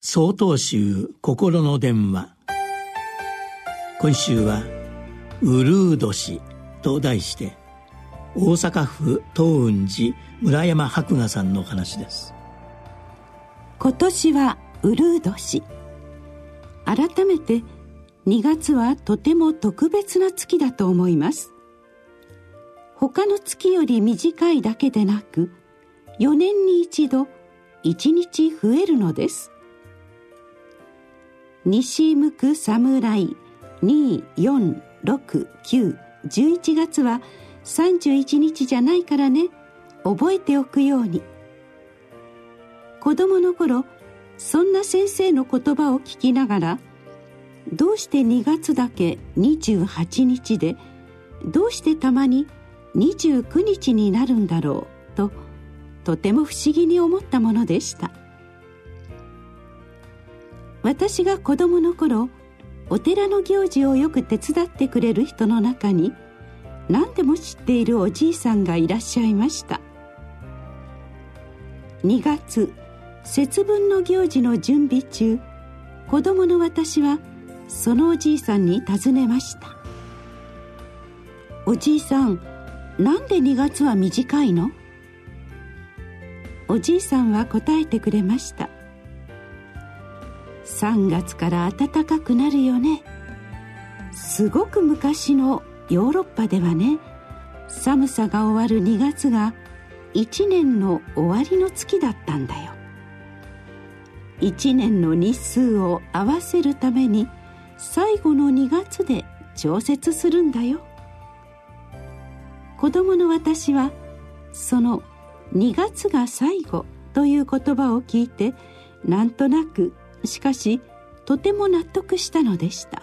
曹洞宗心の電話。今週はうるう年と題して、大阪府東雲寺村山博雅さんのお話です。 今年はうるう年。改めて2月はとても特別な月だと思います。他の月より短いだけでなく、4年に一度1日増えるのです。西向く侍2、4、6、9、11月は31日じゃないからね、覚えておくように。子供の頃、そんな先生の言葉を聞きながら、どうして2月だけ28日で、どうしてたまに29日になるんだろうと、とても不思議に思ったものでした。私が子供の頃、お寺の行事をよく手伝ってくれる人の中に、何でも知っているおじいさんがいらっしゃいました。2月、節分の行事の準備中、子供の私はそのおじいさんに尋ねました。おじいさん、なんで2月は短いの？おじいさんは答えてくれました。3月から暖かくなるよね。すごく昔のヨーロッパではね、寒さが終わる2月が1年の終わりの月だったんだよ。1年の日数を合わせるために最後の2月で調節するんだよ。子供の私はその2月が最後という言葉を聞いて、なんとなく、しかしとても納得したのでした。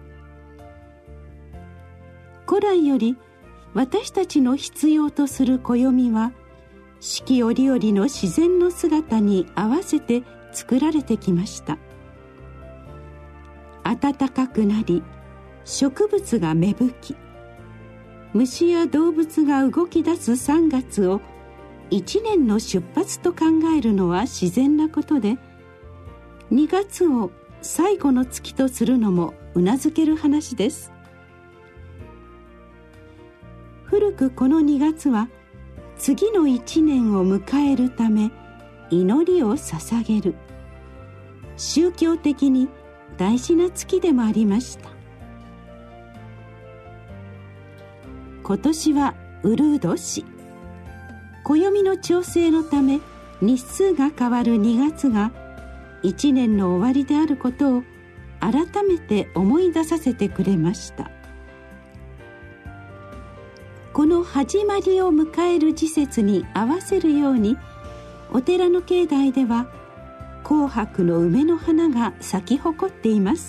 古来より私たちの必要とする暦は、四季折々の自然の姿に合わせて作られてきました。暖かくなり、植物が芽吹き、虫や動物が動き出す3月を一年の出発と考えるのは自然なことで、2月を最後の月とするのもうなずける話です。古くこの2月は次の1年を迎えるため祈りを捧げる、宗教的に大事な月でもありました。今年はうるう年。暦の調整のため日数が変わる2月が一年の終わりであることを改めて思い出させてくれました。この始まりを迎える時節に合わせるように、お寺の境内では紅白の梅の花が咲き誇っています。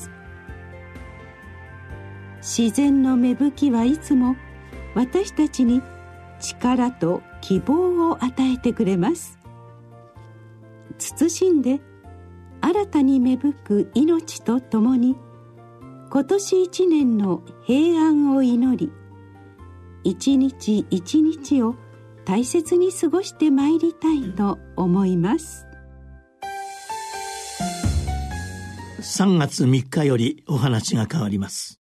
自然の芽吹きはいつも私たちに力と希望を与えてくれます。謹んで新たに芽吹く命とともに、今年一年の平安を祈り、一日一日を大切に過ごしてまいりたいと思います。 3月3日よりお話が変わります。